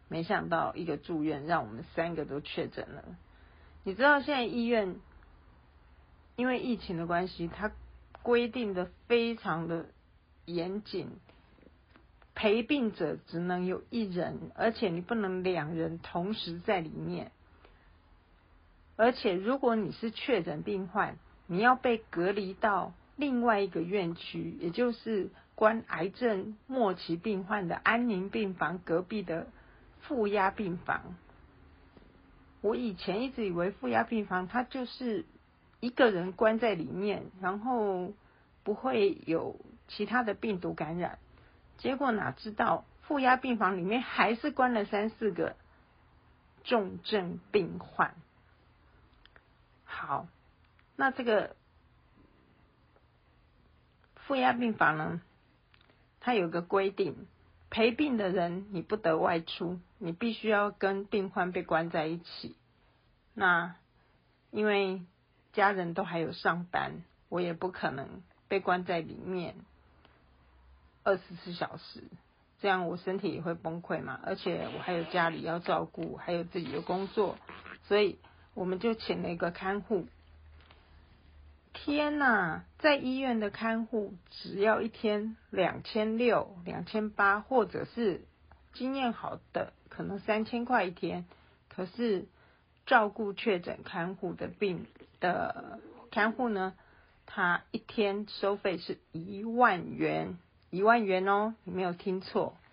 没想到一个住院让我们3个都确诊了。你知道现在医院因为疫情的关系，它规定的非常的严谨，陪病者只能有1人，而且你不能2人同时在里面。而且如果你是确诊病患，你要被隔离到另外一个院区，也就是关癌症末期病患的安宁病房隔壁的负压病房。我以前一直以为负压病房它就是一个人关在里面，然后不会有其他的病毒感染，结果哪知道负压病房里面还是关了3、4个重症病患。好，那这个负压病房呢，它有个规定，陪病的人你不得外出，你必须要跟病患被关在一起。那因为家人都还有上班，我也不可能被关在里面24小时，这样我身体也会崩溃嘛，而且我还有家里要照顾，还有自己的工作，所以我们就请了一个看护。天哪，在医院的看护只要一天2600、2800，或者是经验好的可能3000块一天。可是照顾确诊看护的看护呢，他一天收费是1万元，1万元哦，你没有听错